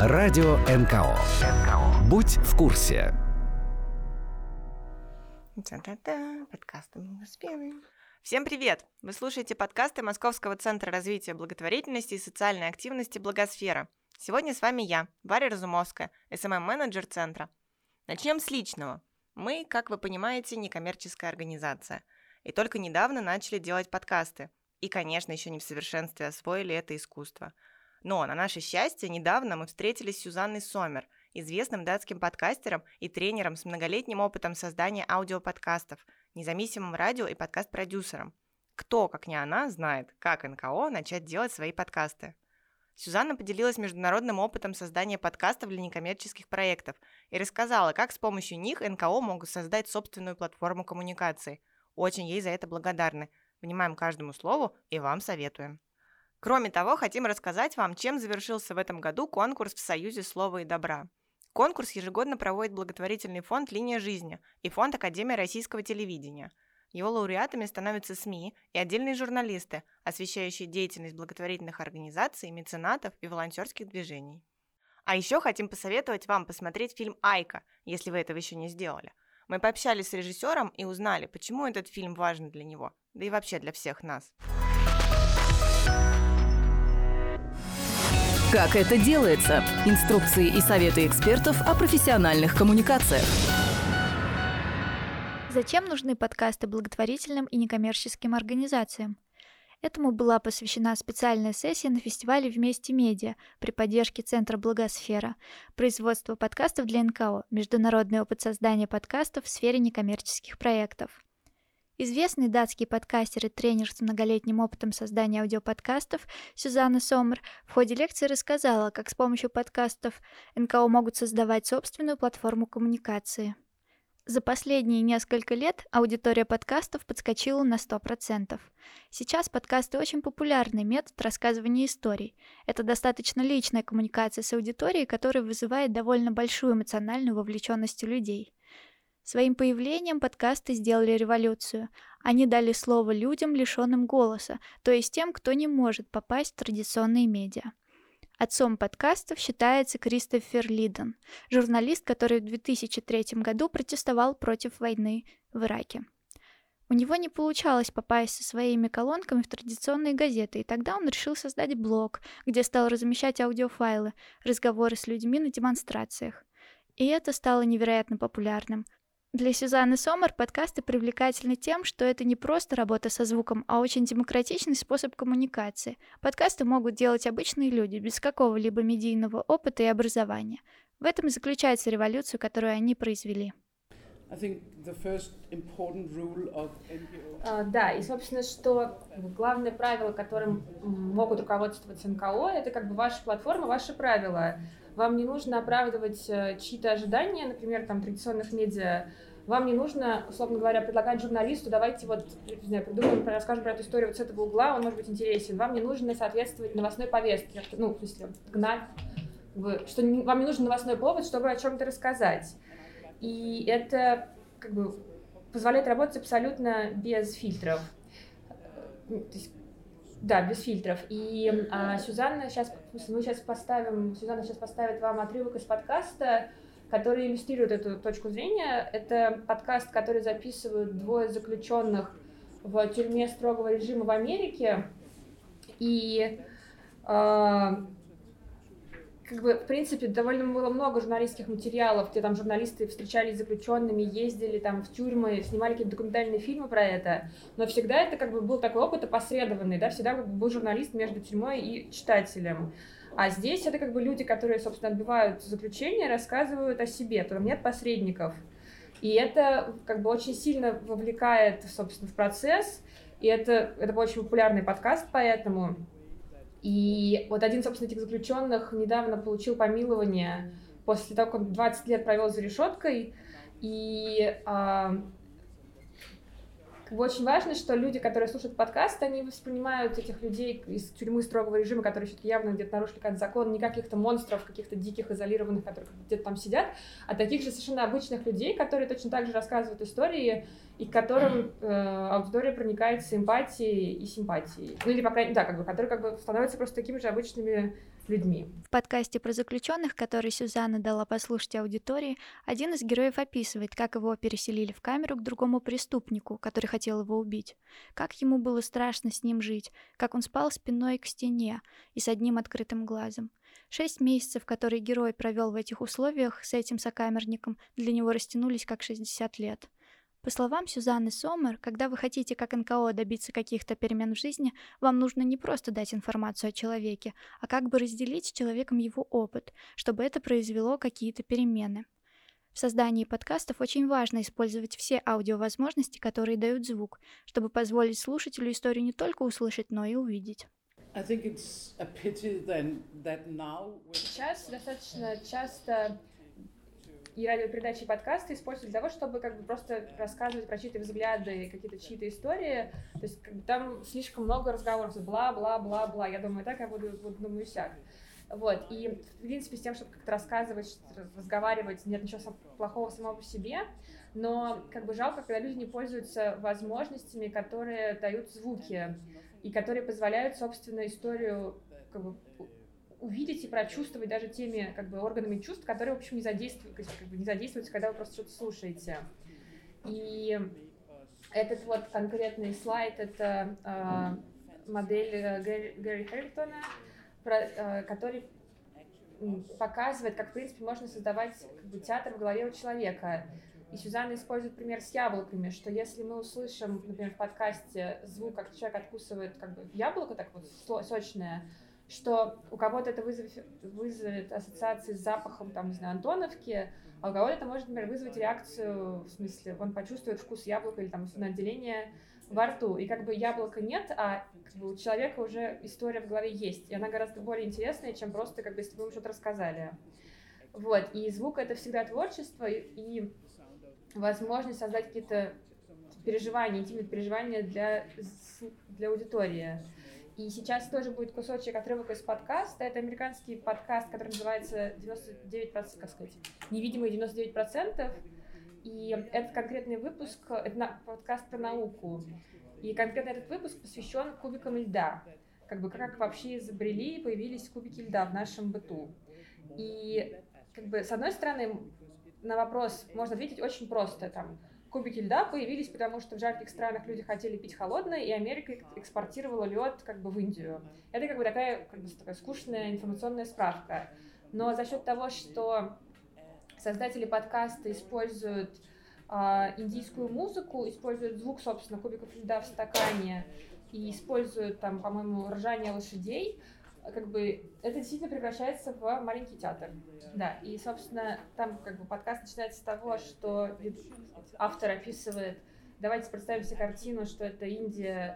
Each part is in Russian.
Радио НКО. Будь в курсе. Подкасты мы успеем. Всем привет! Вы слушаете подкасты Московского центра развития благотворительности и социальной активности «Благосфера». Сегодня с вами я, Варя Разумовская, СММ-менеджер центра. Начнем с личного. Мы, как вы понимаете, некоммерческая организация. И только недавно начали делать подкасты. И, конечно, еще не в совершенстве освоили это искусство. Но, на наше счастье, недавно мы встретились с Сюзанной Сомер, известным датским подкастером и тренером с многолетним опытом создания аудиоподкастов, независимым радио и подкаст-продюсером. Кто, как не она, знает, как НКО начать делать свои подкасты. Сюзанна поделилась международным опытом создания подкастов для некоммерческих проектов и рассказала, как с помощью них НКО могут создать собственную платформу коммуникации. Очень ей за это благодарны. Внимаем каждому слову и вам советуем. Кроме того, хотим рассказать вам, чем завершился в этом году конкурс в Союзе слова и добра. Конкурс ежегодно проводит благотворительный фонд «Линия жизни» и фонд Академии российского телевидения. Его лауреатами становятся СМИ и отдельные журналисты, освещающие деятельность благотворительных организаций, меценатов и волонтерских движений. А еще хотим посоветовать вам посмотреть фильм «Айка», если вы этого еще не сделали. Мы пообщались с режиссером и узнали, почему этот фильм важен для него, да и вообще для всех нас. Как это делается? Инструкции и советы экспертов о профессиональных коммуникациях. Зачем нужны подкасты благотворительным и некоммерческим организациям? Этому была посвящена специальная сессия на фестивале «Вместе Медиа» при поддержке Центра «Благосфера», производство подкастов для НКО, международный опыт создания подкастов в сфере некоммерческих проектов. Известный датский подкастер и тренер с многолетним опытом создания аудиоподкастов Сюзанна Сомер в ходе лекции рассказала, как с помощью подкастов НКО могут создавать собственную платформу коммуникации. За последние несколько лет аудитория подкастов подскочила на 100%. Сейчас подкасты очень популярный метод рассказывания историй. Это достаточно личная коммуникация с аудиторией, которая вызывает довольно большую эмоциональную вовлеченность у людей. Своим появлением подкасты сделали революцию. Они дали слово людям, лишенным голоса, то есть тем, кто не может попасть в традиционные медиа. Отцом подкастов считается Кристофер Лиден, журналист, который в 2003 году протестовал против войны в Ираке. У него не получалось попасть со своими колонками в традиционные газеты, и тогда он решил создать блог, где стал размещать аудиофайлы, разговоры с людьми на демонстрациях. И это стало невероятно популярным. Для Сюзанны Сомер подкасты привлекательны тем, что это не просто работа со звуком, а очень демократичный способ коммуникации. Подкасты могут делать обычные люди, без какого-либо медийного опыта и образования. В этом и заключается революция, которую они произвели. Да, и, собственно, что главное правило, которым могут руководствоваться НКО, это ваша платформа, ваши правила. Вам не нужно оправдывать чьи-то ожидания, например, традиционных медиа. Вам не нужно, условно говоря, предлагать журналисту, давайте придумаем, расскажем про эту историю с этого угла, он может быть интересен. Вам не нужно соответствовать новостной повестке, гнать, вам не нужен новостной повод, чтобы о чем-то рассказать. И это позволяет работать абсолютно без фильтров. Без фильтров. И Сюзанна сейчас поставит вам отрывок из подкаста, который иллюстрирует эту точку зрения. Это подкаст, который записывают двое заключенных в тюрьме строгого режима в Америке. И в принципе, довольно было много журналистских материалов, где журналисты встречались с заключенными, ездили в тюрьмы, снимали какие-то документальные фильмы про это. Но всегда это был такой опыт опосредованный, всегда был журналист между тюрьмой и читателем. А здесь это люди, которые, собственно, отбывают заключение, рассказывают о себе, там нет посредников. И это очень сильно вовлекает, собственно, в процесс. И это был очень популярный подкаст, поэтому... И один, собственно, этих заключенных недавно получил помилование после того, как он 20 лет провел за решеткой. И очень важно, что люди, которые слушают подкаст, они воспринимают этих людей из тюрьмы строгого режима, которые все-таки явно где-то нарушили какой-то закон, не каких-то монстров, каких-то диких, изолированных, которые где-то там сидят, а таких же совершенно обычных людей, которые точно так же рассказывают истории и к которым аудитория проникается эмпатией и симпатией. Ну или, по крайней мере, да, которые становятся просто такими же обычными людьми. В подкасте про заключенных, который Сюзанна дала послушать аудитории, один из героев описывает, как его переселили в камеру к другому преступнику, который хотел его убить, как ему было страшно с ним жить, как он спал спиной к стене и с одним открытым глазом. 6 месяцев, которые герой провел в этих условиях с этим сокамерником, для него растянулись как 60 лет. По словам Сюзанны Сомер, когда вы хотите как НКО добиться каких-то перемен в жизни, вам нужно не просто дать информацию о человеке, а как бы разделить с человеком его опыт, чтобы это произвело какие-то перемены. В создании подкастов очень важно использовать все аудиовозможности, которые дают звук, чтобы позволить слушателю историю не только услышать, но и увидеть. Сейчас достаточно часто и радиопередачи, и подкасты используют для того, чтобы просто рассказывать про чьи-то взгляды, какие-то чьи-то истории. То есть там слишком много разговоров, бла-бла-бла-бла. Я думаю так, я буду думаю сяк. Вот. И, в принципе, с тем, чтобы как-то рассказывать, разговаривать, нет ничего плохого самого по себе, но жалко, когда люди не пользуются возможностями, которые дают звуки, и которые позволяют, собственно, историю увидеть и прочувствовать даже теми органами чувств, которые, в общем, не задействуются, когда вы просто что-то слушаете. И этот вот конкретный слайд — это модель Гэри Херрингтона, который показывает, как, в принципе, можно создавать театр в голове у человека. И Сюзанна использует пример с яблоками, что если мы услышим, например, в подкасте звук, как человек откусывает яблоко, так вот сочное, что у кого-то это вызовет ассоциации с запахом, Антоновки, а у кого-то это может, например, вызвать реакцию, в смысле, он почувствует вкус яблока или слюноотделение во рту. И яблока нет, а у человека уже история в голове есть. И она гораздо более интересная, чем просто, если бы вы что-то рассказали. Вот. И звук — это всегда творчество и возможность создать какие-то переживания, интимные переживания для аудитории. И сейчас тоже будет кусочек, отрывок из подкаста. Это американский подкаст, который называется 99%, «Невидимые 99%». И этот конкретный выпуск, это подкаст про науку. И конкретно этот выпуск посвящен кубикам льда. Как вообще изобрели и появились кубики льда в нашем быту. И с одной стороны, на вопрос можно ответить очень просто. Кубики льда появились, потому что в жарких странах люди хотели пить холодное, и Америка экспортировала лед в Индию. Это такая скучная информационная справка. Но за счет того, что создатели подкаста используют индийскую музыку, используют звук, собственно, кубиков льда в стакане и используют по-моему, ржание лошадей, это действительно превращается в маленький театр. Да, и, собственно, там подкаст начинается с того, что автор описывает, давайте представим себе картину, что это Индия,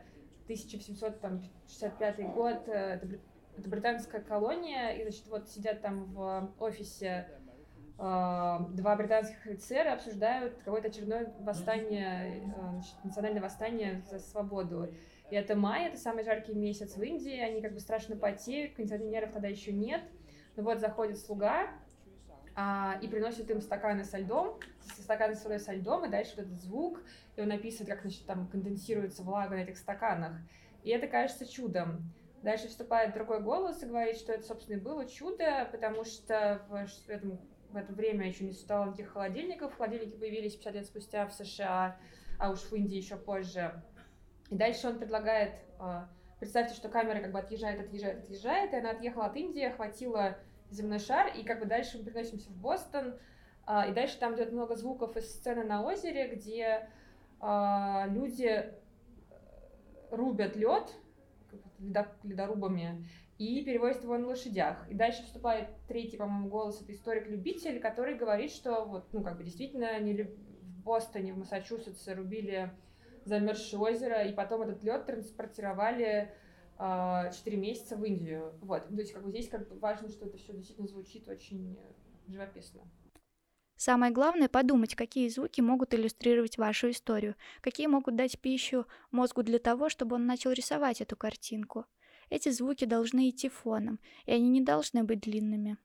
1765 год, это британская колония, и, сидят в офисе два британских офицера, обсуждают какое-то очередное восстание, национальное восстание за свободу. И это май, это самый жаркий месяц в Индии, они страшно потеют, кондиционеров тогда еще нет. Но заходит слуга и приносит им стаканы со льдом, стаканы с водой со льдом, и дальше этот звук, и он описывает, как конденсируется влага на этих стаканах. И это кажется чудом. Дальше вступает другой голос и говорит, что это, собственно, и было чудо, потому что в это время еще не существовало никаких холодильников. Холодильники появились 50 лет спустя в США, а уж в Индии еще позже. И дальше он предлагает, представьте, что камера отъезжает, и она отъехала от Индии, охватила земной шар, и дальше мы переносимся в Бостон, и дальше там идет много звуков из сцены на озере, где люди рубят лед ледорубами и перевозят его на лошадях. И дальше вступает третий, по-моему, голос, это историк-любитель, который говорит, что действительно они в Бостоне, в Массачусетсе рубили замерзшее озеро, и потом этот лед транспортировали 4 месяца в Индию. Вот. То есть здесь важно, что это все действительно звучит очень живописно. Самое главное — подумать, какие звуки могут иллюстрировать вашу историю, какие могут дать пищу мозгу для того, чтобы он начал рисовать эту картинку. Эти звуки должны идти фоном, и они не должны быть длинными.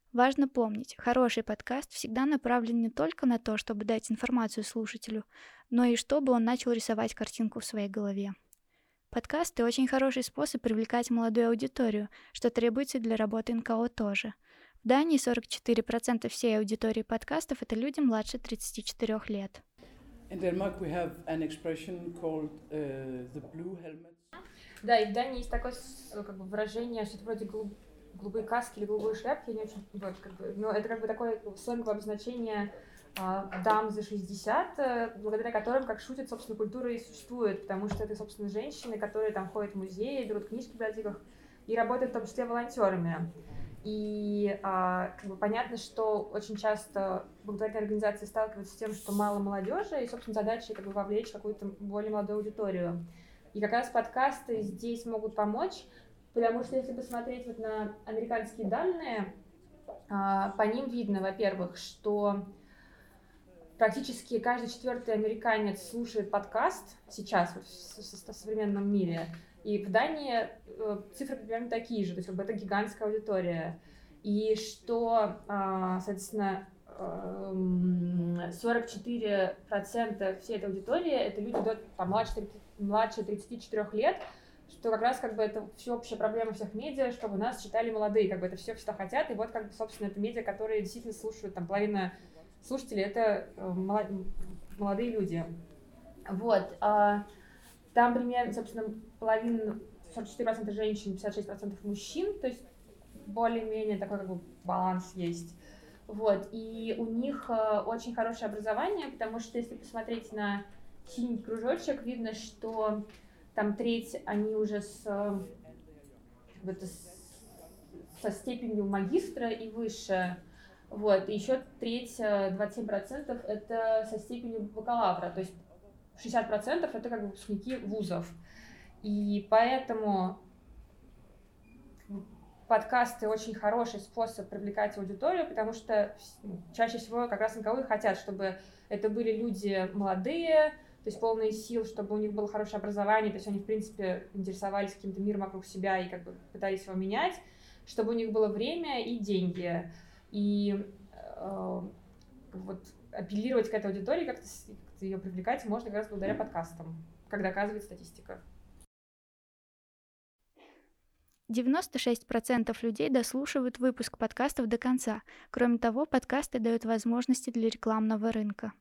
Важно помнить, хороший подкаст всегда направлен не только на то, чтобы дать информацию слушателю, но и чтобы он начал рисовать картинку в своей голове. Подкасты – очень хороший способ привлекать молодую аудиторию, что требуется для работы НКО тоже. В Дании 44% всей аудитории подкастов – это люди младше 34 лет. In Denmark we have an expression called the blue helmet. Да, и в Дании есть такое как бы выражение, что-то вроде голубые каски или голубые шляпки, я не очень, вот, как бы, но это как бы такое сленговое обозначение дам за 60, благодаря которым, как шутят, собственно, культура и существует, потому что это, собственно, женщины, которые там ходят в музеи, берут книжки в библиотеках и работают в том числе волонтерами. И как бы понятно, что очень часто благотворительные организации сталкиваются с тем, что мало молодежи, и, собственно, задача как бы вовлечь какую-то более молодую аудиторию. И как раз подкасты здесь могут помочь, потому что если посмотреть вот на американские данные, по ним видно, во-первых, что практически каждый 4-й американец слушает подкаст сейчас вот в современном мире. И в Дании цифры примерно такие же, то есть как бы это гигантская аудитория. И что, соответственно, 44% всей этой аудитории это люди младше 34 лет, что как раз как бы это всеобщая проблема всех медиа, чтобы нас читали молодые, как бы это все всегда хотят, и вот как бы, собственно, это медиа, которые действительно слушают, там половина слушателей это молодые люди. Вот. Там примерно, собственно, половина, 44% женщин, 56% мужчин, то есть более-менее такой как бы баланс есть. Вот. И у них очень хорошее образование, потому что если посмотреть на синий кружочек, видно, что там треть они уже со степенью магистра и выше. Вот. И еще треть, 27% это со степенью бакалавра, то есть 60% это как бы выпускники вузов. И поэтому подкасты очень хороший способ привлекать аудиторию, потому что чаще всего как раз НКО хотят, чтобы это были люди молодые, то есть полные сил, чтобы у них было хорошее образование, то есть они, в принципе, интересовались каким-то миром вокруг себя и как бы пытались его менять, чтобы у них было время и деньги. И вот апеллировать к этой аудитории, как-то ее привлекать можно как раз благодаря подкастам, как доказывает статистика. 96% людей дослушивают выпуск подкастов до конца. Кроме того, подкасты дают возможности для рекламного рынка.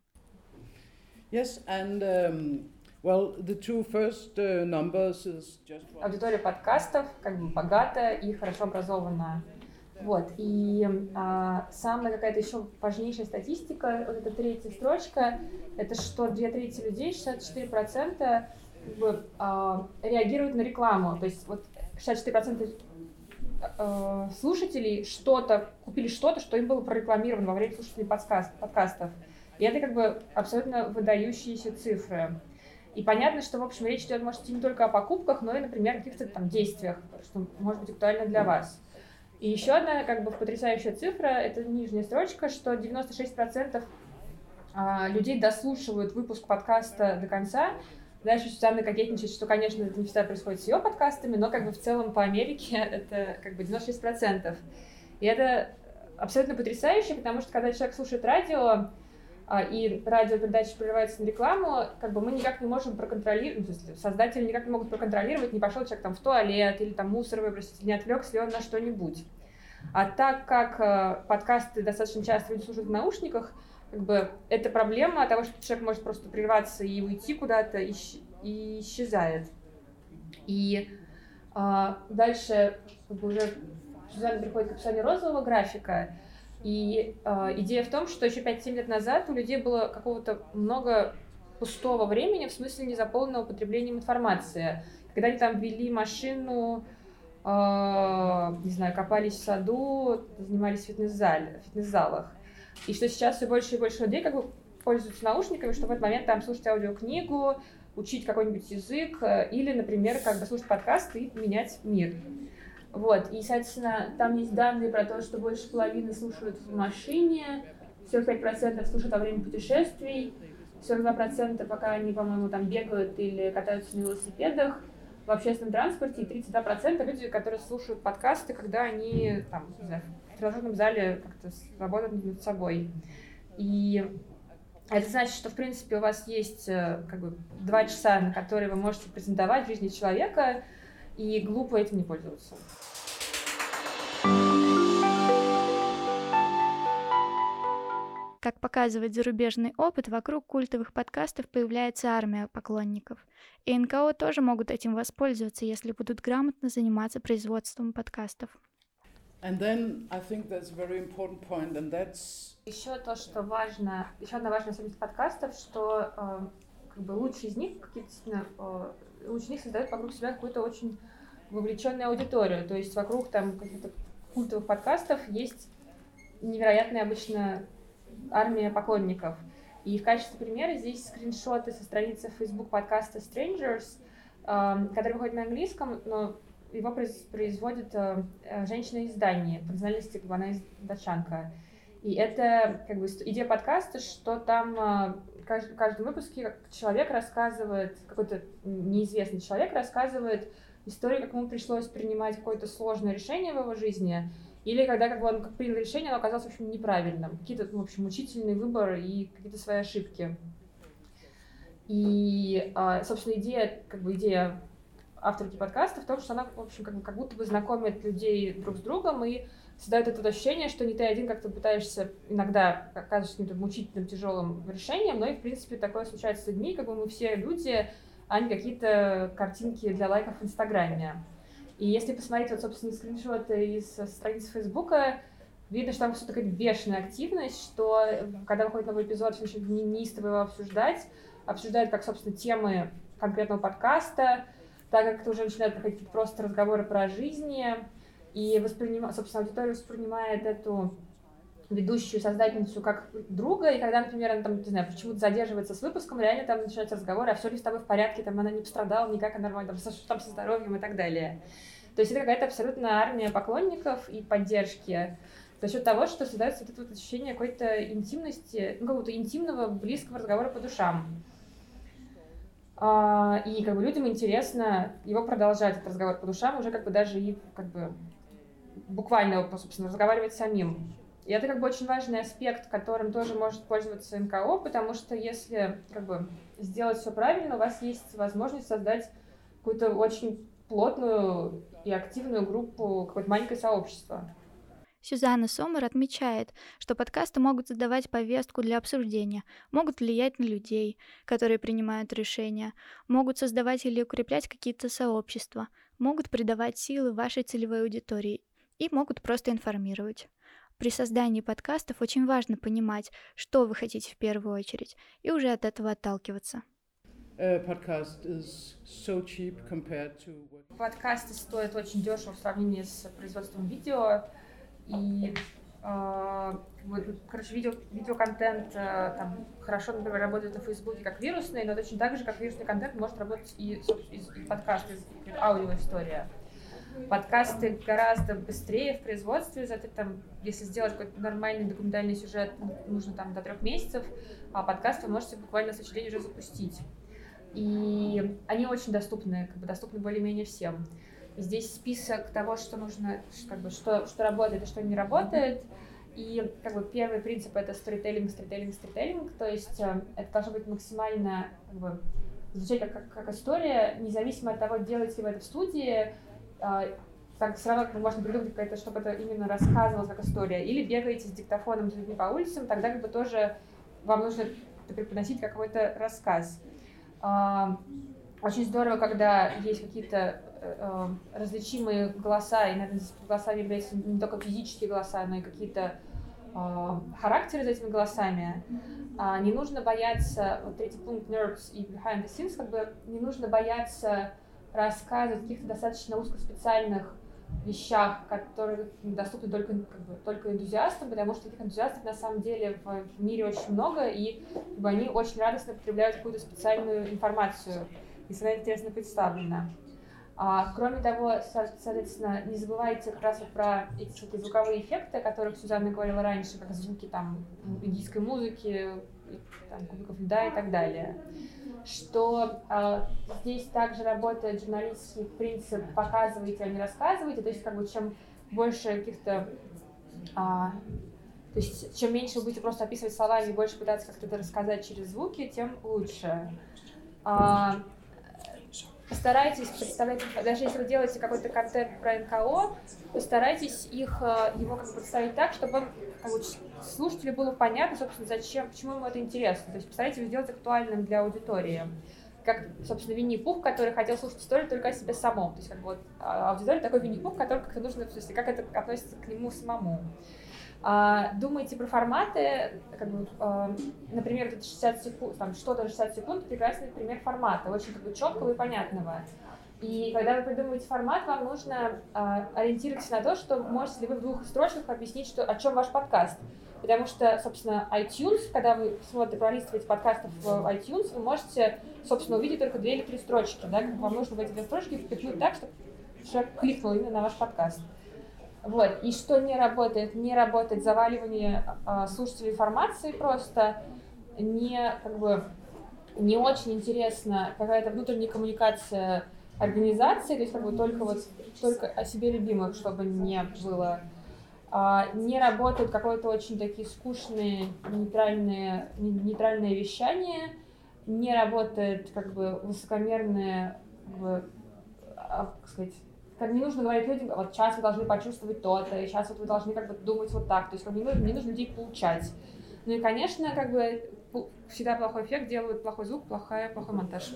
Yes, and well, the two first numbers is just one. Аудитория подкастов как бы богатая и хорошо образованная. Вот. И самая какая-то еще важнейшая статистика, вот эта третья строчка, это что 2/3 людей, 64% как бы, реагируют на рекламу. То есть вот 64% слушателей купили что-то, что им было прорекламировано во время слушателей подкастов. И это как бы абсолютно выдающиеся цифры. И понятно, что, в общем, речь идет, может, не только о покупках, но и, например, о каких-то там действиях, что может быть актуально для вас. И еще одна как бы потрясающая цифра, это нижняя строчка, что 96% людей дослушивают выпуск подкаста до конца. Дальше Сюзанна кокетничает, что, конечно, это не всегда происходит с ее подкастами, но как бы в целом по Америке это как бы 96%. И это абсолютно потрясающе, потому что когда человек слушает радио, и радиопередача прерывается на рекламу, как бы мы никак не можем проконтролировать, то есть создатели никак не могут проконтролировать, не пошел человек там в туалет или там мусор выбросить, не отвлекся ли он на что-нибудь. А так как подкасты достаточно часто люди слушают в наушниках, как бы это проблема того, что человек может просто прерваться и уйти куда-то, и исчезает. И дальше как бы уже Сюзанна приходит к описанию розового графика. И идея в том, что еще 5-7 лет назад у людей было какого-то много пустого времени, в смысле незаполненного потреблением информации. Когда они там вели машину, не знаю, копались в саду, занимались в фитнес-залах. И что сейчас все больше и больше людей как бы пользуются наушниками, чтобы в этот момент там слушать аудиокнигу, учить какой-нибудь язык или, например, как бы слушать подкасты и менять мир. Вот, и, соответственно, там есть данные про то, что больше половины слушают в машине, 45% слушают во время путешествий, 42% пока они, по-моему, там бегают или катаются на велосипедах, в общественном транспорте, и 32% люди, которые слушают подкасты, когда они там, не знаю, в тренажерном зале как-то работают над собой. И это значит, что, в принципе, у вас есть как бы 2 часа, на которые вы можете презентовать в жизни человека, и глупо этим не пользоваться. Как показывает зарубежный опыт, вокруг культовых подкастов появляется армия поклонников. И НКО тоже могут этим воспользоваться, если будут грамотно заниматься производством подкастов. And then I think that's a very important point, and that's Еще то, что важно, еще одна важная особенность подкастов, что как бы лучшие из них создают вокруг себя какую-то очень вовлеченную аудиторию. То есть вокруг там каких-то культовых подкастов есть невероятная обычно армия поклонников. И в качестве примера здесь скриншоты со страницы Facebook подкаста Strangers, который выходит на английском, но его производит женщина из Дании, по национальности она из датчанка. И это как бы идея подкаста, что там в каждом выпуске человек рассказывает, какой-то неизвестный человек рассказывает историю, как ему пришлось принимать какое-то сложное решение в его жизни, или когда как бы он принял решение, оно оказалось в общем неправильным. Какие-то, в общем, мучительный выбор и какие-то свои ошибки. И, собственно, идея авторки подкаста в том, что она, в общем, как будто бы знакомит людей друг с другом и создает это ощущение, что не ты один как-то пытаешься иногда оказываться каким-то мучительным, тяжелым решением, но и, в принципе, такое случается с людьми, как бы мы все люди, а не какие-то картинки для лайков в Инстаграме. И если посмотреть, вот, собственно, скриншоты из страницы Фейсбука, видно, что там все такая бешеная активность, что когда выходит новый эпизод, все начинают неистово его обсуждают как, собственно, темы конкретного подкаста, так как это уже начинают проходить просто разговоры про жизнь, и собственно, аудитория воспринимает эту ведущую создательницу как друга, и когда, например, она там, не знаю, почему-то задерживается с выпуском, реально там начинаются разговоры, а все ли с тобой в порядке, там она не пострадала никак, а нормально, там со здоровьем и так далее. То есть это какая-то абсолютная армия поклонников и поддержки за счет того, что создается вот это вот ощущение какой-то интимности, какого-то интимного, близкого разговора по душам. И как бы людям интересно его продолжать, этот разговор по душам, уже как бы даже и как бы буквально, собственно, разговаривать самим. И это как бы очень важный аспект, которым тоже может пользоваться НКО, потому что если как бы сделать все правильно, у вас есть возможность создать какую-то очень плотную и активную группу, какое-то маленькое сообщество. Сюзанна Сомер отмечает, что подкасты могут задавать повестку для обсуждения, могут влиять на людей, которые принимают решения, могут создавать или укреплять какие-то сообщества, могут придавать силы вашей целевой аудитории и могут просто информировать. При создании подкастов очень важно понимать, что вы хотите в первую очередь, и уже от этого отталкиваться. Подкасты стоят очень дешево в сравнении с производством видео. И, видеоконтент там хорошо, например, работает на Фейсбуке как вирусный, но точно так же, как вирусный контент, может работать и из подкаста, из аудиоистория. Подкасты гораздо быстрее в производстве, там, если сделать какой-то нормальный документальный сюжет, нужно там до 3 месяцев, а подкаст вы можете буквально с день уже запустить. И они очень доступны, как бы доступны более-менее всем. Здесь список того, что нужно, как бы, что работает и что не работает. И как бы первый принцип — это сторителлинг, то есть это должно быть максимально как бы звучать как история, независимо от того, делаете вы это в студии, так все равно можно придумать какое-то, чтобы это именно рассказывалось как история. Или бегаете с диктофоном с людьми по улицам, тогда как бы тоже вам нужно преподносить какой-то рассказ. Очень здорово, когда есть какие-то различимые голоса, и, наверное, здесь голосами являются не только физические голоса, но и какие-то характеры за этими голосами. Не нужно бояться, вот третий пункт, nerds и behind the scenes, как бы не нужно бояться рассказывать о каких-то достаточно узкоспециальных вещах, которые доступны только энтузиастам, потому что таких энтузиастов на самом деле в мире очень много, и как бы, они очень радостно потребляют какую-то специальную информацию, если она интересно представлена. Кроме того, соответственно, не забывайте как раз вот про эти звуковые эффекты, о которых Сюзанна говорила раньше, как звуки там индийской музыки, там, Кубиков льда и так далее. Что здесь также работает журналистский принцип «показывайте, а не рассказывайте», то есть как бы чем больше каких-то, то есть чем меньше вы будете просто описывать словами и больше пытаться как-то это рассказать через звуки, тем лучше. Постарайтесь представлять, даже если вы делаете какой-то контент про НКО, постарайтесь его как бы представить так, чтобы как бы, слушателю было понятно, собственно, зачем, почему ему это интересно. То есть постарайтесь его сделать актуальным для аудитории. Как, собственно, Винни-Пух, который хотел слушать историю только о себе самом. То есть как бы вот аудитория такой Винни-Пух, который как-то нужно, в смысле, как это относится к нему самому. Думайте про форматы, как бы, например, это 60 секунд, там что-то 60 секунд, прекрасный пример формата, очень как бы четкого и понятного. И когда вы придумываете формат, вам нужно ориентироваться на то, что можете ли вы в 2 строчках объяснить, о чем ваш подкаст. Потому что, собственно, iTunes, когда вы пролистываете подкастов в iTunes, вы можете, собственно, увидеть только 2 или 3 строчки. Да? Вам нужно в эти 2 строчки впихнуть так, чтобы человек кликнул именно на ваш подкаст. Вот. И что не работает заваливание слушателей информации, просто не очень интересна какая-то внутренняя коммуникация организации, то есть как бы только о себе любимых, чтобы не было. Не работают какое-то очень такие скучные нейтральные вещания, не работает как бы высокомерное, как сказать, как не нужно говорить людям, вот сейчас вы должны почувствовать то-то, и сейчас вот вы должны как бы думать вот так, то есть как бы не нужно людей поучать. Ну и, конечно, как бы всегда плохой эффект делают плохой звук, плохой монтаж.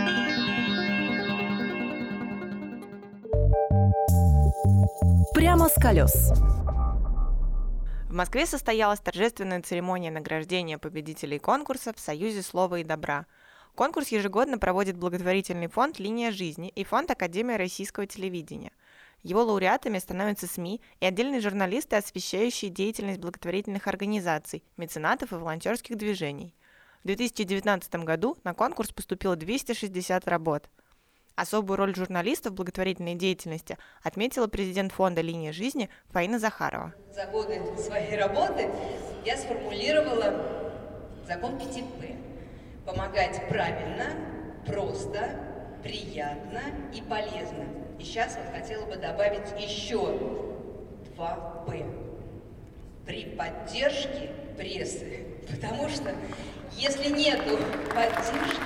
Прямо с колес. В Москве состоялась торжественная церемония награждения победителей конкурса в Союзе слова и добра. Конкурс ежегодно проводит благотворительный фонд «Линия жизни» и фонд Академия российского телевидения. Его лауреатами становятся СМИ и отдельные журналисты, освещающие деятельность благотворительных организаций, меценатов и волонтерских движений. В 2019 году на конкурс поступило 260 работ. Особую роль журналистов в благотворительной деятельности отметила президент фонда «Линия жизни» Фаина Захарова. За годы своей работы я сформулировала закон 5П. Помогать правильно, просто, приятно и полезно. И сейчас вот хотела бы добавить еще 2П. При поддержке прессы. Потому что если нету поддержки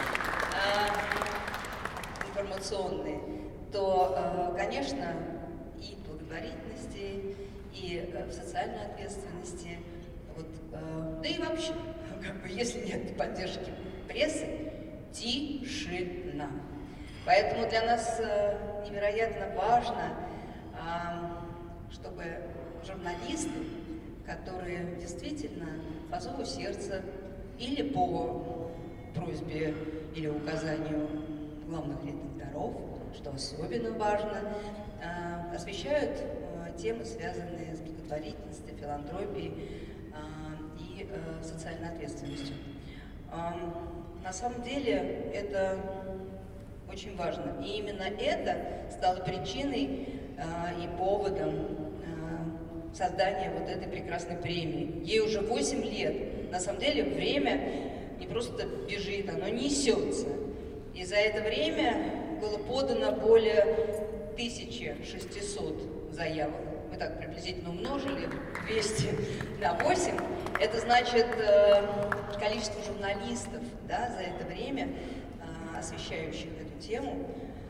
информационной, то, конечно, и в благотворительности, и в социальной ответственности, да и вообще, если нет поддержки прессы, тишина. Поэтому для нас невероятно важно, чтобы журналисты, которые действительно по зову сердца или по просьбе или указанию главных редакторов, что особенно важно, освещают темы, связанные с благотворительностью, филантропией и социальной ответственностью. На самом деле это очень важно. И именно это стало причиной и поводом создания вот этой прекрасной премии. Ей уже 8 лет. На самом деле время не просто бежит, оно несется. И за это время было подано более 1600 заявок. Мы так приблизительно умножили 200 на 8. Это значит количество журналистов, да, за это время, освещающих эту тему.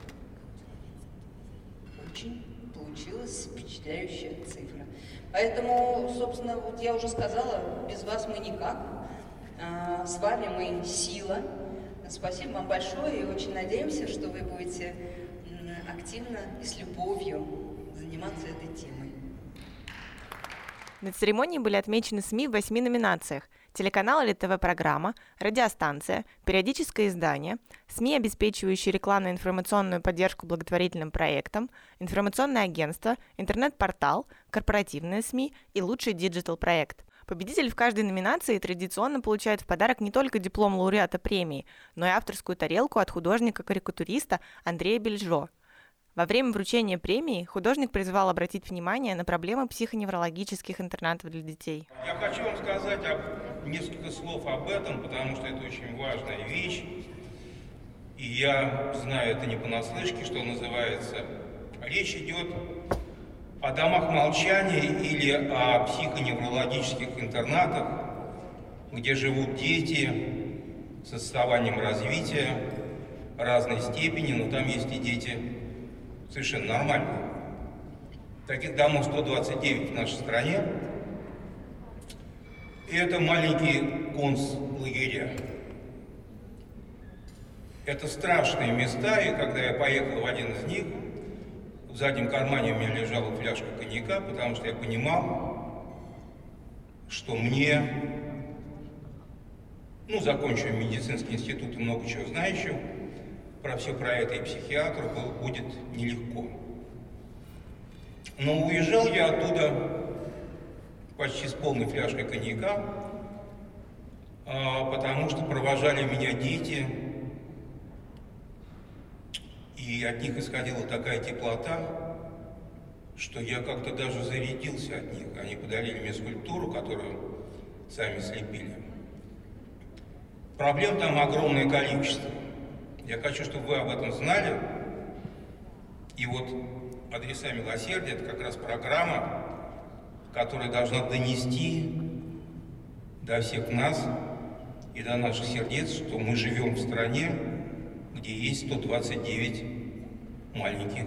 Очень получилась впечатляющая цифра. Поэтому, собственно, вот я уже сказала, без вас мы никак. С вами мы сила. Спасибо вам большое и очень надеемся, что вы будете активно и с любовью заниматься этой темой. На церемонии были отмечены СМИ в 8 номинациях: телеканал или ТВ-программа, радиостанция, периодическое издание, СМИ, обеспечивающие рекламно-информационную поддержку благотворительным проектам, информационное агентство, интернет-портал, корпоративные СМИ и лучший диджитал-проект. Победитель в каждой номинации традиционно получает в подарок не только диплом лауреата премии, но и авторскую тарелку от художника-карикатуриста Андрея Бельжо. Во время вручения премии художник призвал обратить внимание на проблемы психоневрологических интернатов для детей. Я хочу вам сказать об несколько слов об этом, потому что это очень важная вещь. И я знаю это не понаслышке, что называется. Речь идет о домах молчания или о психоневрологических интернатах, где живут дети с отставанием развития разной степени, но там есть и дети совершенно нормальные. Таких домов 129 в нашей стране. И это маленькие концлагеря. Это страшные места, и когда я поехал в один из них, в заднем кармане у меня лежала фляжка коньяка, потому что я понимал, что мне, закончив медицинский институт и много чего знающего, про все про это и психиатру будет нелегко. Но уезжал я оттуда почти с полной фляжкой коньяка, потому что провожали меня дети, и от них исходила такая теплота, что я как-то даже зарядился от них. Они подарили мне скульптуру, которую сами слепили. Проблем там огромное количество. Я хочу, чтобы вы об этом знали. И вот «Адреса милосердия» — это как раз программа, которая должна донести до всех нас и до наших сердец, что мы живем в стране, где есть 129 маленьких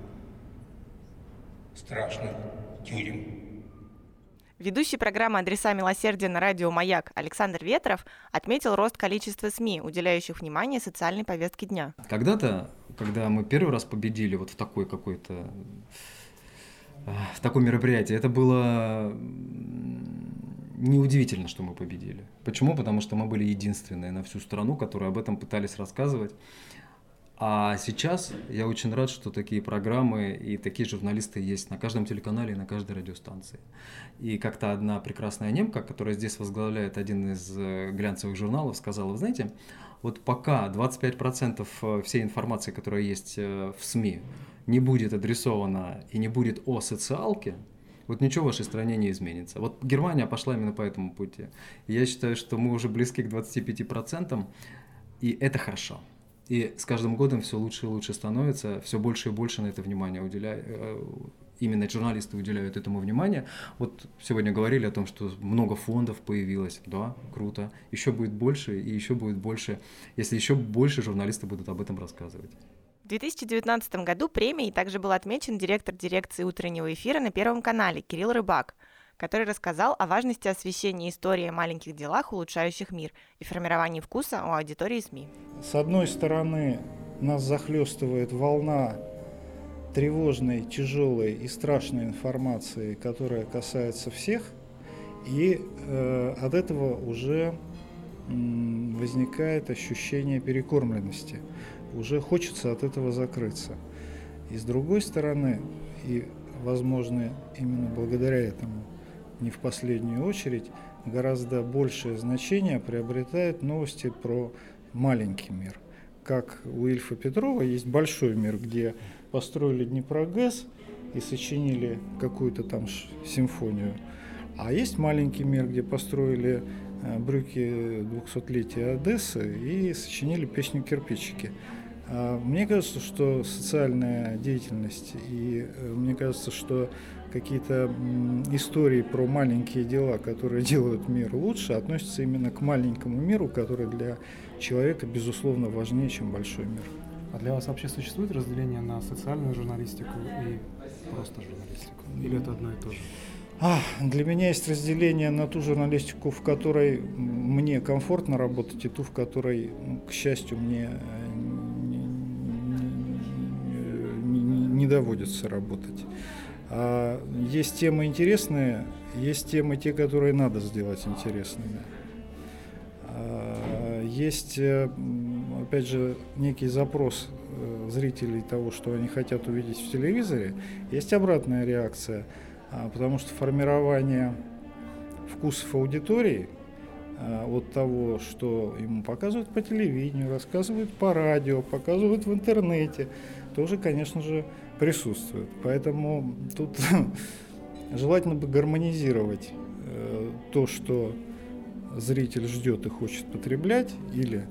страшных тюрем. Ведущий программы «Адреса милосердия» на радио «Маяк» Александр Ветров отметил рост количества СМИ, уделяющих внимание социальной повестке дня. Когда-то, когда мы первый раз победили в такое мероприятие, это было неудивительно, что мы победили. Почему? Потому что мы были единственные на всю страну, которые об этом пытались рассказывать. А сейчас я очень рад, что такие программы и такие журналисты есть на каждом телеканале и на каждой радиостанции. И как-то одна прекрасная немка, которая здесь возглавляет один из глянцевых журналов, сказала: вы знаете, вот пока 25% всей информации, которая есть в СМИ, не будет адресована и не будет о социалке, вот ничего в вашей стране не изменится. Вот Германия пошла именно по этому пути. И я считаю, что мы уже близки к 25%, и это хорошо. И с каждым годом все лучше и лучше становится, все больше и больше на это внимание уделяют, именно журналисты уделяют этому внимание. Вот сегодня говорили о том, что много фондов появилось, да, круто, еще будет больше и еще будет больше, если еще больше журналисты будут об этом рассказывать. В 2019 году премией также был отмечен директор дирекции утреннего эфира на Первом канале Кирилл Рыбак, который рассказал о важности освещения истории о маленьких делах, улучшающих мир, и формировании вкуса у аудитории СМИ. С одной стороны, нас захлестывает волна тревожной, тяжелой и страшной информации, которая касается всех, и от этого уже возникает ощущение перекормленности. Уже хочется от этого закрыться. И с другой стороны, и, возможно, именно благодаря этому, не в последнюю очередь, гораздо большее значение приобретают новости про маленький мир. Как у Ильфа Петрова есть большой мир, где построили Днепрогэс и сочинили какую-то там симфонию. А есть маленький мир, где построили брюки 200-летия Одессы и сочинили песню «Кирпичики». Мне кажется, что социальная деятельность, и мне кажется, что какие-то истории про маленькие дела, которые делают мир лучше, относятся именно к маленькому миру, который для человека, безусловно, важнее, чем большой мир. А для вас вообще существует разделение на социальную журналистику и просто журналистику? Или это одно и то же? Для меня есть разделение на ту журналистику, в которой мне комфортно работать, и ту, в которой, к счастью, мне не доводится работать. Есть темы интересные, есть темы те, которые надо сделать интересными. Есть, опять же, некий запрос зрителей того, что они хотят увидеть в телевизоре. Есть обратная реакция, потому что формирование вкусов аудитории от того, что ему показывают по телевидению, рассказывают по радио, показывают в интернете, тоже, конечно же, присутствует. Поэтому тут желательно бы гармонизировать то, что зритель ждет и хочет потреблять, или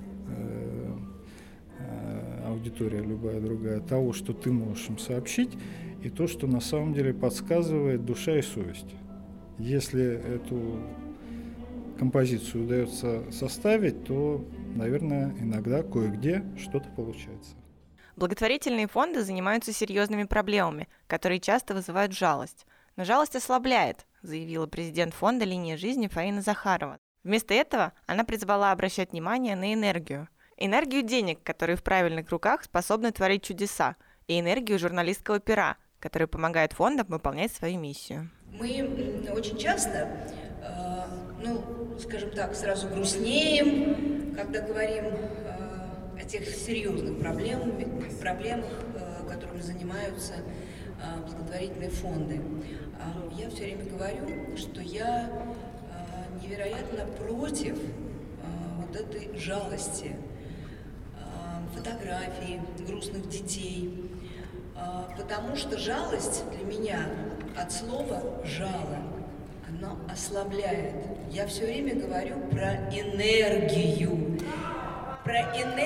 аудитория любая другая, того, что ты можешь им сообщить, и то, что на самом деле подсказывает душа и совесть. Если эту композицию удается составить, то, наверное, иногда кое-где что-то получается. Благотворительные фонды занимаются серьезными проблемами, которые часто вызывают жалость. Но жалость ослабляет, заявила президент фонда «Линия жизни» Фаина Захарова. Вместо этого она призвала обращать внимание на энергию. Энергию денег, которые в правильных руках способны творить чудеса, и энергию журналистского пера, который помогает фондам выполнять свою миссию. Мы очень часто, скажем так, сразу грустнеем, когда говорим о тех серьезных проблемах, которыми занимаются благотворительные фонды. Я все время говорю, что я невероятно против вот этой жалости, фотографий грустных детей, потому что жалость для меня от слова «жало», оно ослабляет. Я все время говорю про энергию. Про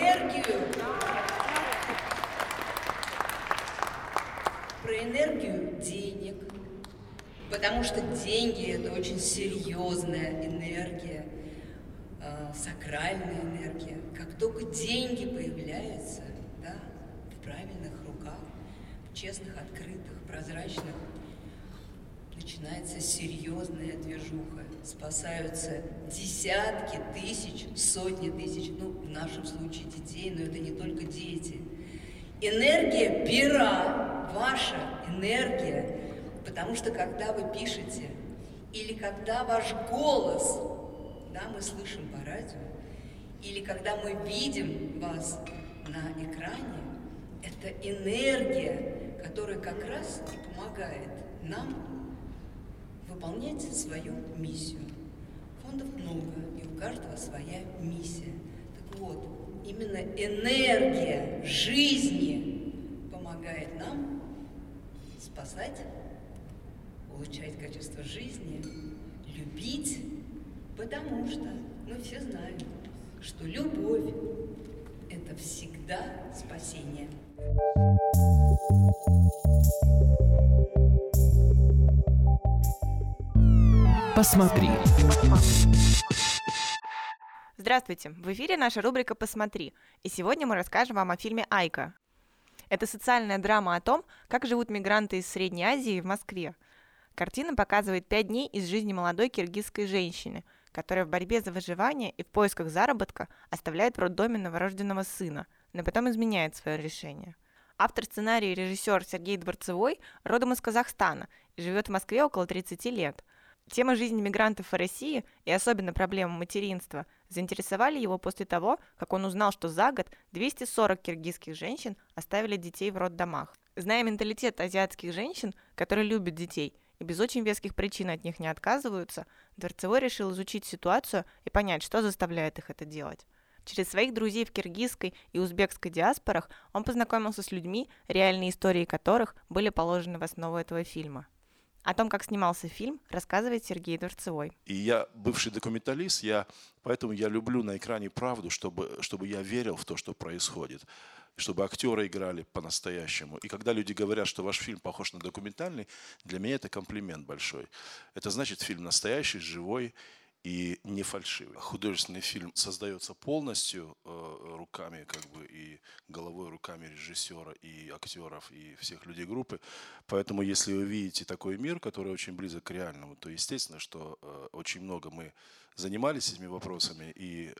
энергию денег, потому что деньги – это очень серьезная энергия, сакральная энергия. Как только деньги появляются, да, в правильных руках, в честных, открытых, прозрачных, начинается серьезная движуха. Спасаются десятки тысяч, сотни тысяч, в нашем случае детей, но это не только дети. Энергия пера, ваша энергия, потому что когда вы пишете, или когда ваш голос, да, мы слышим по радио, или когда мы видим вас на экране, это энергия, которая как раз и помогает нам выполнять свою миссию. Фондов много, и у каждого своя миссия. Так вот, именно энергия жизни помогает нам спасать, улучшать качество жизни, любить, потому что мы все знаем, что любовь – это всегда спасение. Посмотри. Здравствуйте! В эфире наша рубрика «Посмотри». И сегодня мы расскажем вам о фильме «Айка». Это социальная драма о том, как живут мигранты из Средней Азии в Москве. Картина показывает 5 дней из жизни молодой киргизской женщины, которая в борьбе за выживание и в поисках заработка оставляет в роддоме новорожденного сына, но потом изменяет свое решение. Автор сценария и режиссер Сергей Дворцевой родом из Казахстана и живет в Москве около 30 лет. Тема жизни мигрантов в России и особенно проблема материнства заинтересовали его после того, как он узнал, что за год 240 киргизских женщин оставили детей в роддомах. Зная менталитет азиатских женщин, которые любят детей и без очень веских причин от них не отказываются, Дворцевой решил изучить ситуацию и понять, что заставляет их это делать. Через своих друзей в киргизской и узбекской диаспорах он познакомился с людьми, реальные истории которых были положены в основу этого фильма. О том, как снимался фильм, рассказывает Сергей Дворцевой. И я бывший документалист, поэтому я люблю на экране правду, чтобы я верил в то, что происходит, чтобы актеры играли по-настоящему. И когда люди говорят, что ваш фильм похож на документальный, для меня это комплимент большой. Это значит, фильм настоящий, живой и не фальшивый. Художественный фильм создается полностью руками, и головой, руками режиссера и актеров, и всех людей группы. Поэтому, если вы видите такой мир, который очень близок к реальному, то естественно, что очень много мы занимались этими вопросами и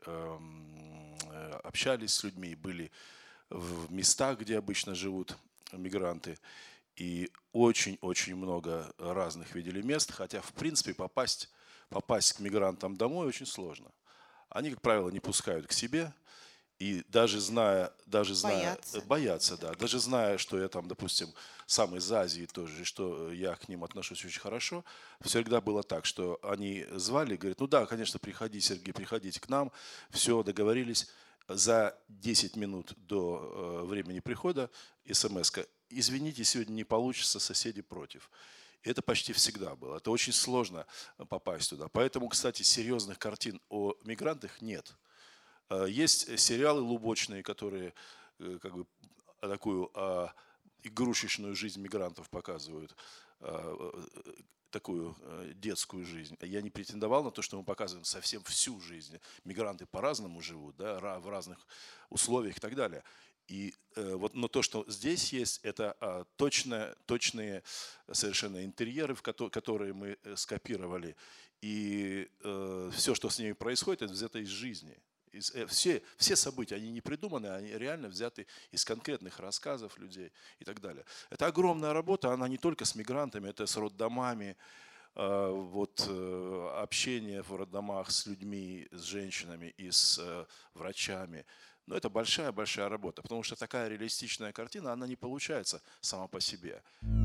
общались с людьми, были в местах, где обычно живут мигранты. И очень-очень много разных видели мест, хотя, в принципе, попасть к мигрантам домой очень сложно. Они, как правило, не пускают к себе, и даже зная, боятся, да, даже зная, что я там, допустим, сам из Азии тоже, и что я к ним отношусь очень хорошо, всегда было так, что они звали, говорят, ну да, конечно, приходи, Сергей, приходите к нам, все, договорились, за 10 минут до времени прихода смс-ка, извините, сегодня не получится, соседи против. И это почти всегда было. Это очень сложно попасть туда. Поэтому, кстати, серьезных картин о мигрантах нет. Есть сериалы лубочные, которые как бы такую игрушечную жизнь мигрантов показывают, такую детскую жизнь. Я не претендовал на то, что мы показываем совсем всю жизнь. Мигранты по-разному живут, да, в разных условиях и так далее. Но то, что здесь есть, это точные совершенно интерьеры, которые мы скопировали. И все, что с ними происходит, это взято из жизни. Все события, они не придуманы, они реально взяты из конкретных рассказов людей и так далее. Это огромная работа, она не только с мигрантами, это с роддомами, общение в роддомах с людьми, с женщинами и с врачами. Но это большая-большая работа, потому что такая реалистичная картина, она не получается сама по себе.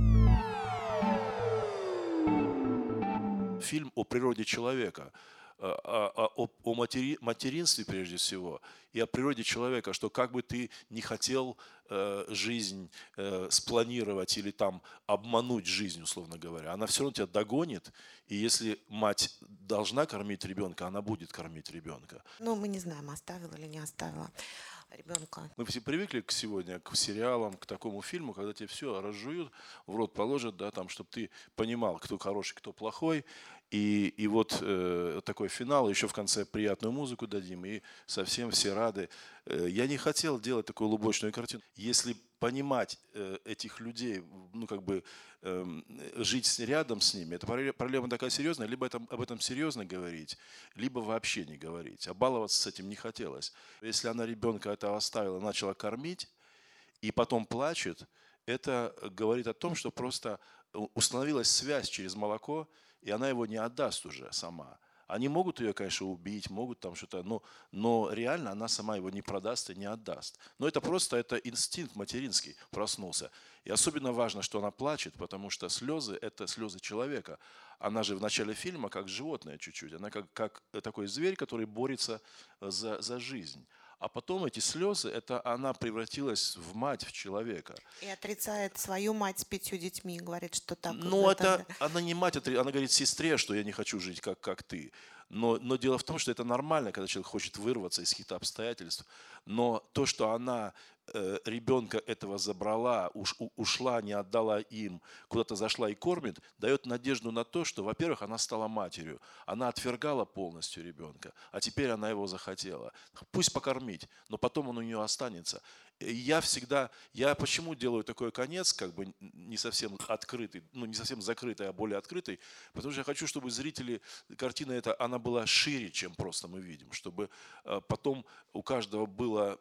Фильм о природе человека, о материнстве прежде всего и о природе человека, что как бы ты ни хотел жизнь спланировать или там обмануть жизнь, условно говоря, она все равно тебя догонит, и если мать должна кормить ребенка, она будет кормить ребенка. Мы не знаем, оставила или не оставила ребенка. Мы все привыкли сегодня к сериалам, к такому фильму, когда тебе все разжуют, в рот положат, да, там, чтобы ты понимал, кто хороший, кто плохой. И такой финал, еще в конце приятную музыку дадим, и совсем все рады. Я не хотел делать такую лубочную картину. Если понимать этих людей, жить рядом с ними, это проблема такая серьезная, либо об этом серьезно говорить, либо вообще не говорить. А баловаться с этим не хотелось. Если она ребенка этого оставила, начала кормить, и потом плачет, это говорит о том, что просто установилась связь через молоко, и она его не отдаст уже сама. Они могут ее, конечно, убить, могут там что-то, но реально она сама его не продаст и не отдаст. Но это инстинкт материнский проснулся. И особенно важно, что она плачет, потому что слезы – это слезы человека. Она же в начале фильма как животное чуть-чуть. Она как такой зверь, который борется за жизнь. А потом эти слезы, это она превратилась в мать, в человека. И отрицает свою мать с 5 детьми, говорит, что так. Она не мать, она говорит сестре, что я не хочу жить, как ты. Но дело в том, что это нормально, когда человек хочет вырваться из каких-то обстоятельств. Но то, что она ребенка этого забрала, ушла, не отдала им, куда-то зашла и кормит, дает надежду на то, что, во-первых, она стала матерью. Она отвергала полностью ребенка, а теперь она его захотела. Пусть покормить, но потом он у нее останется. Я почему делаю такой конец, как бы не совсем открытый, не совсем закрытый, а более открытый, потому что я хочу, чтобы зрители, картина эта, она была шире, чем просто мы видим, чтобы потом у каждого было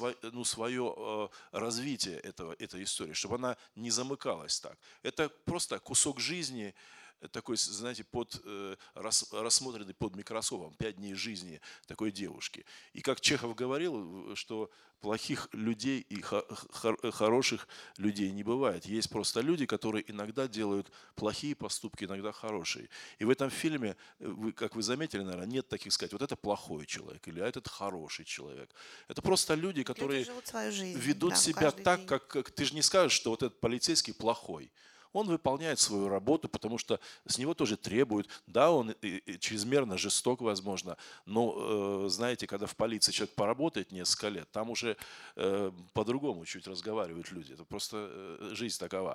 свое развитие этой истории, чтобы она не замыкалась так. Это просто кусок жизни, такой, знаете, рассмотренный под микроскопом, 5 дней жизни такой девушки. И как Чехов говорил, что плохих людей и хороших людей не бывает. Есть просто люди, которые иногда делают плохие поступки, иногда хорошие. И в этом фильме, как вы заметили, наверное, нет таких сказать, вот это плохой человек или этот хороший человек. Это просто люди, которые ведут себя так, как ты же не скажешь, что вот этот полицейский плохой. Он выполняет свою работу, потому что с него тоже требуют. Да, он чрезмерно жесток, возможно, но, знаете, когда в полиции человек поработает несколько лет, там уже по-другому чуть разговаривают люди. Это просто жизнь такова.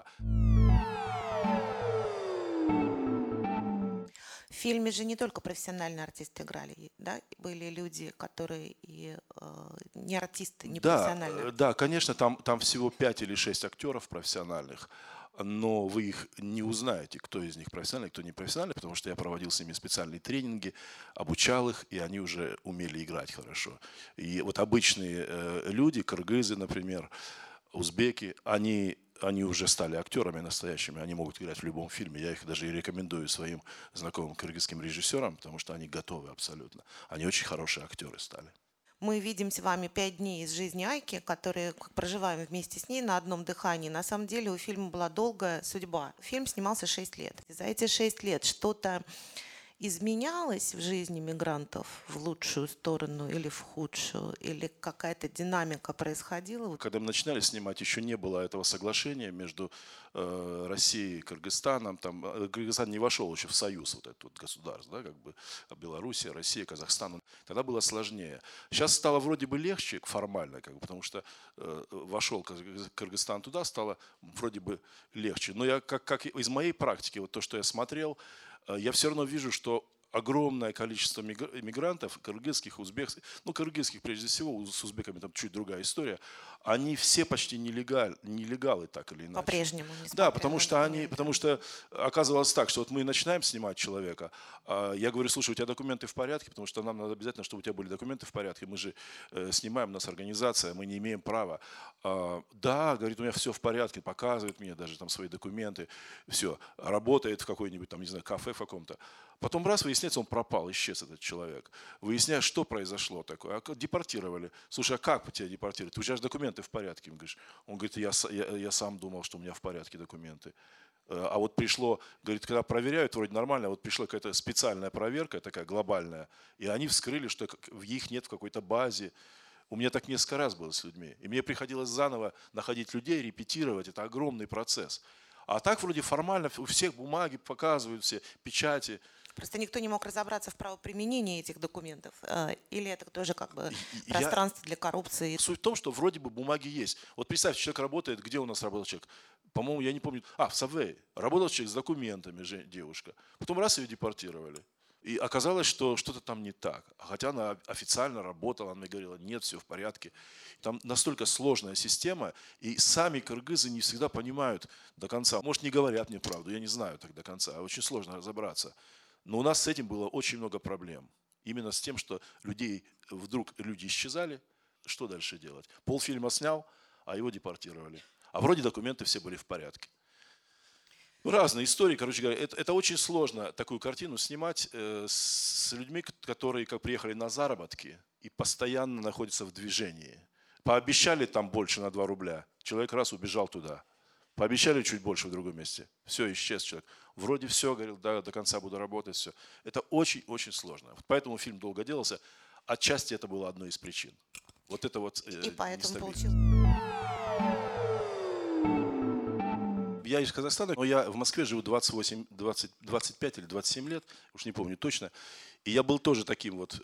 В фильме же не только профессиональные артисты играли, да? Были люди, которые и не артисты, не профессиональные. Да, конечно, там всего 5 или 6 актеров профессиональных. Но вы их не узнаете, кто из них профессиональный, кто не профессиональный, потому что я проводил с ними специальные тренинги, обучал их, и они уже умели играть хорошо. И вот обычные люди, кыргызы, например, узбеки, они уже стали актерами настоящими, они могут играть в любом фильме. Я их даже и рекомендую своим знакомым кыргызским режиссерам, потому что они готовы абсолютно. Они очень хорошие актеры стали. Мы видим с вами 5 дней из жизни Айки, которые проживаем вместе с ней на одном дыхании. На самом деле у фильма была долгая судьба. Фильм снимался 6 лет. За эти 6 лет что-то изменялось в жизни мигрантов в лучшую сторону или в худшую? Или какая-то динамика происходила? Когда мы начинали снимать, еще не было этого соглашения между Россией и Кыргызстаном. Там, Кыргызстан не вошел еще в союз вот этот вот государств, да, как бы Белоруссия, Россия, Казахстан. Тогда было сложнее. Сейчас стало вроде бы легче формально, как бы, потому что вошел Кыргызстан туда, стало вроде бы легче. Но я, как из моей практики, вот то, что я смотрел, я все равно вижу, что огромное количество мигрантов, кыргызских, узбекских, ну, кыргызских прежде всего, с узбеками там чуть другая история, они все почти нелегалы, так или иначе. По-прежнему. Да, потому что оказывалось так, что вот мы начинаем снимать человека, я говорю, слушай, у тебя документы в порядке, потому что нам надо обязательно, чтобы у тебя были документы в порядке, мы же снимаем, у нас организация, мы не имеем права. Да, говорит, у меня все в порядке, показывает мне даже там свои документы, все, работает в какой-нибудь там, не знаю, кафе в каком-то. Потом раз, выясняется, он пропал, исчез этот человек. Выясняешь, что произошло такое. Депортировали. Слушай, а как тебя депортировать? У тебя же документы в порядке. Он говорит, я сам думал, что у меня в порядке документы. А вот пришло, говорит, когда проверяют, вроде нормально, вот пришла какая-то специальная проверка, такая глобальная, и они вскрыли, что их нет в какой-то базе. У меня так несколько раз было с людьми. И мне приходилось заново находить людей, репетировать. Это огромный процесс. А так вроде формально у всех бумаги показывают, все печати. Просто никто не мог разобраться в правоприменении этих документов. Или это тоже как бы пространство для коррупции? Суть в том, что вроде бы бумаги есть. Вот представьте, человек работает, где у нас работал человек? По-моему, я не помню. В Саввее. Работал человек с документами, девушка. Потом раз ее депортировали. И оказалось, что что-то там не так. Хотя она официально работала, она мне говорила, нет, все в порядке. Там настолько сложная система, и сами кыргызы не всегда понимают до конца. Может, не говорят мне правду, я не знаю так до конца. Очень сложно разобраться. Но у нас с этим было очень много проблем. Именно с тем, что вдруг люди исчезали, что дальше делать? Полфильма снял, а его депортировали. А вроде документы все были в порядке. Разные истории, короче говоря. Это очень сложно такую картину снимать с людьми, которые приехали на заработки и постоянно находятся в движении. Пообещали там больше на 2 рубля. Человек раз убежал туда. Пообещали чуть больше в другом месте. Все, исчез человек. Вроде все, говорил, да, до конца буду работать, все. Это очень-очень сложно. Поэтому фильм долго делался. Отчасти это было одной из причин. Вот это вот и поэтому получил. Я из Казахстана, но я в Москве живу 25 или 27 лет, уж не помню точно. И я был тоже таким вот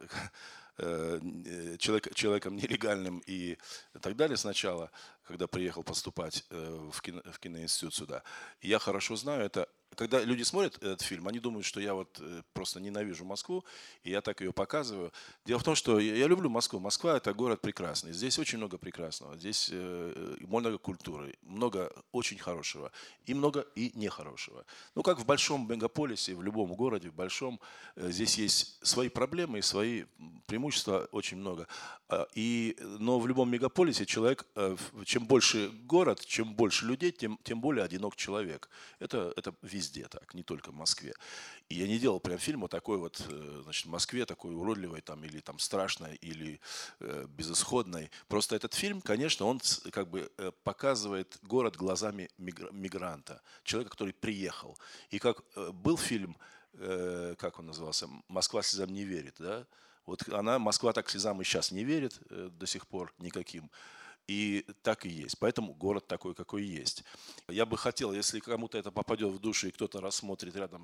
человеком нелегальным и так далее сначала, когда приехал поступать в киноинститут сюда. И я хорошо знаю это. Когда люди смотрят этот фильм, они думают, что я вот просто ненавижу Москву, и я так ее показываю. Дело в том, что я люблю Москву. Москва – это город прекрасный. Здесь очень много прекрасного. Здесь много культуры, много очень хорошего, и много и нехорошего. Ну, как в большом мегаполисе, в любом городе, в большом, здесь есть свои проблемы и свои преимущества очень много. Но в любом мегаполисе человек, чем больше город, чем больше людей, тем более одинок человек. Это везде так, не только в Москве. И я не делал прям фильм вот такой вот, значит, в Москве такой уродливой там, или там страшной, или безысходной. Просто этот фильм, конечно, он как бы показывает город глазами мигранта, человека, который приехал. И как был фильм, как он назывался, «Москва слезам не верит», да? Вот Москва так слезам и сейчас не верит до сих пор никаким. И так и есть. Поэтому город такой, какой есть. Я бы хотел, если кому-то это попадет в душу, и кто-то рассмотрит рядом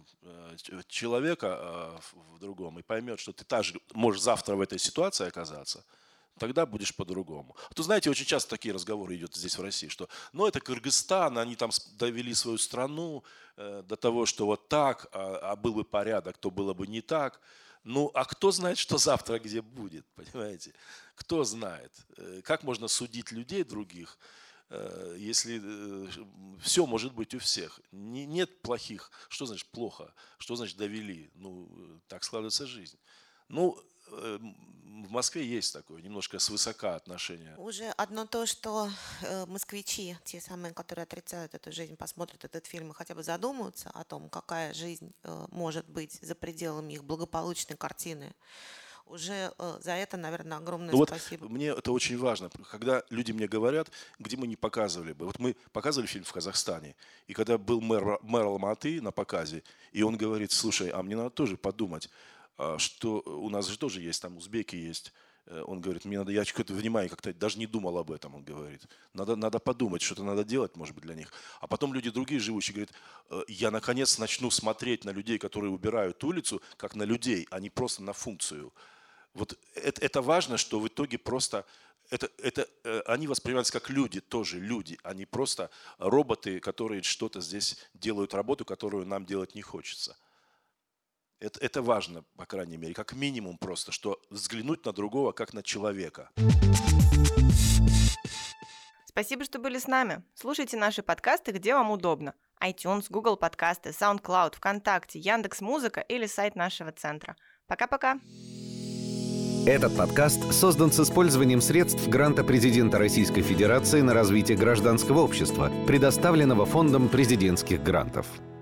человека в другом, и поймет, что ты также можешь завтра в этой ситуации оказаться, тогда будешь по-другому. А то, знаете, очень часто такие разговоры идут здесь в России, что это Кыргызстан, они там довели свою страну до того, что вот так, а был бы порядок, то было бы не так. Ну, а кто знает, что завтра где будет, понимаете? Кто знает? Как можно судить людей других, если все может быть у всех? Нет плохих. Что значит плохо? Что значит довели? Ну, так складывается жизнь. Ну, в Москве есть такое, немножко свысока отношение. Уже одно то, что москвичи, те самые, которые отрицают эту жизнь, посмотрят этот фильм и хотя бы задумаются о том, какая жизнь может быть за пределами их благополучной картины, уже за это, наверное, огромное спасибо. Мне это очень важно, когда люди мне говорят, где мы не показывали бы. Вот мы показывали фильм в Казахстане, и когда был мэр Алматы на показе, и он говорит: слушай, а мне надо тоже подумать, что у нас же тоже есть, там узбеки есть. Он говорит: мне надо, я какое-то внимание как-то даже не думал об этом, он говорит. Надо подумать, что-то надо делать, может быть, для них. А потом люди другие живущие говорят: я наконец начну смотреть на людей, которые убирают улицу, как на людей, а не просто на функцию. Вот это важно, что в итоге просто они воспринимаются как люди, тоже люди, а не просто роботы, которые что-то здесь делают работу, которую нам делать не хочется. Это важно, по крайней мере, как минимум просто, что взглянуть на другого, как на человека. Спасибо, что были с нами. Слушайте наши подкасты, где вам удобно. iTunes, Google подкасты, SoundCloud, ВКонтакте, Яндекс.Музыка или сайт нашего центра. Пока-пока. Этот подкаст создан с использованием средств гранта президента Российской Федерации на развитие гражданского общества, предоставленного Фондом президентских грантов.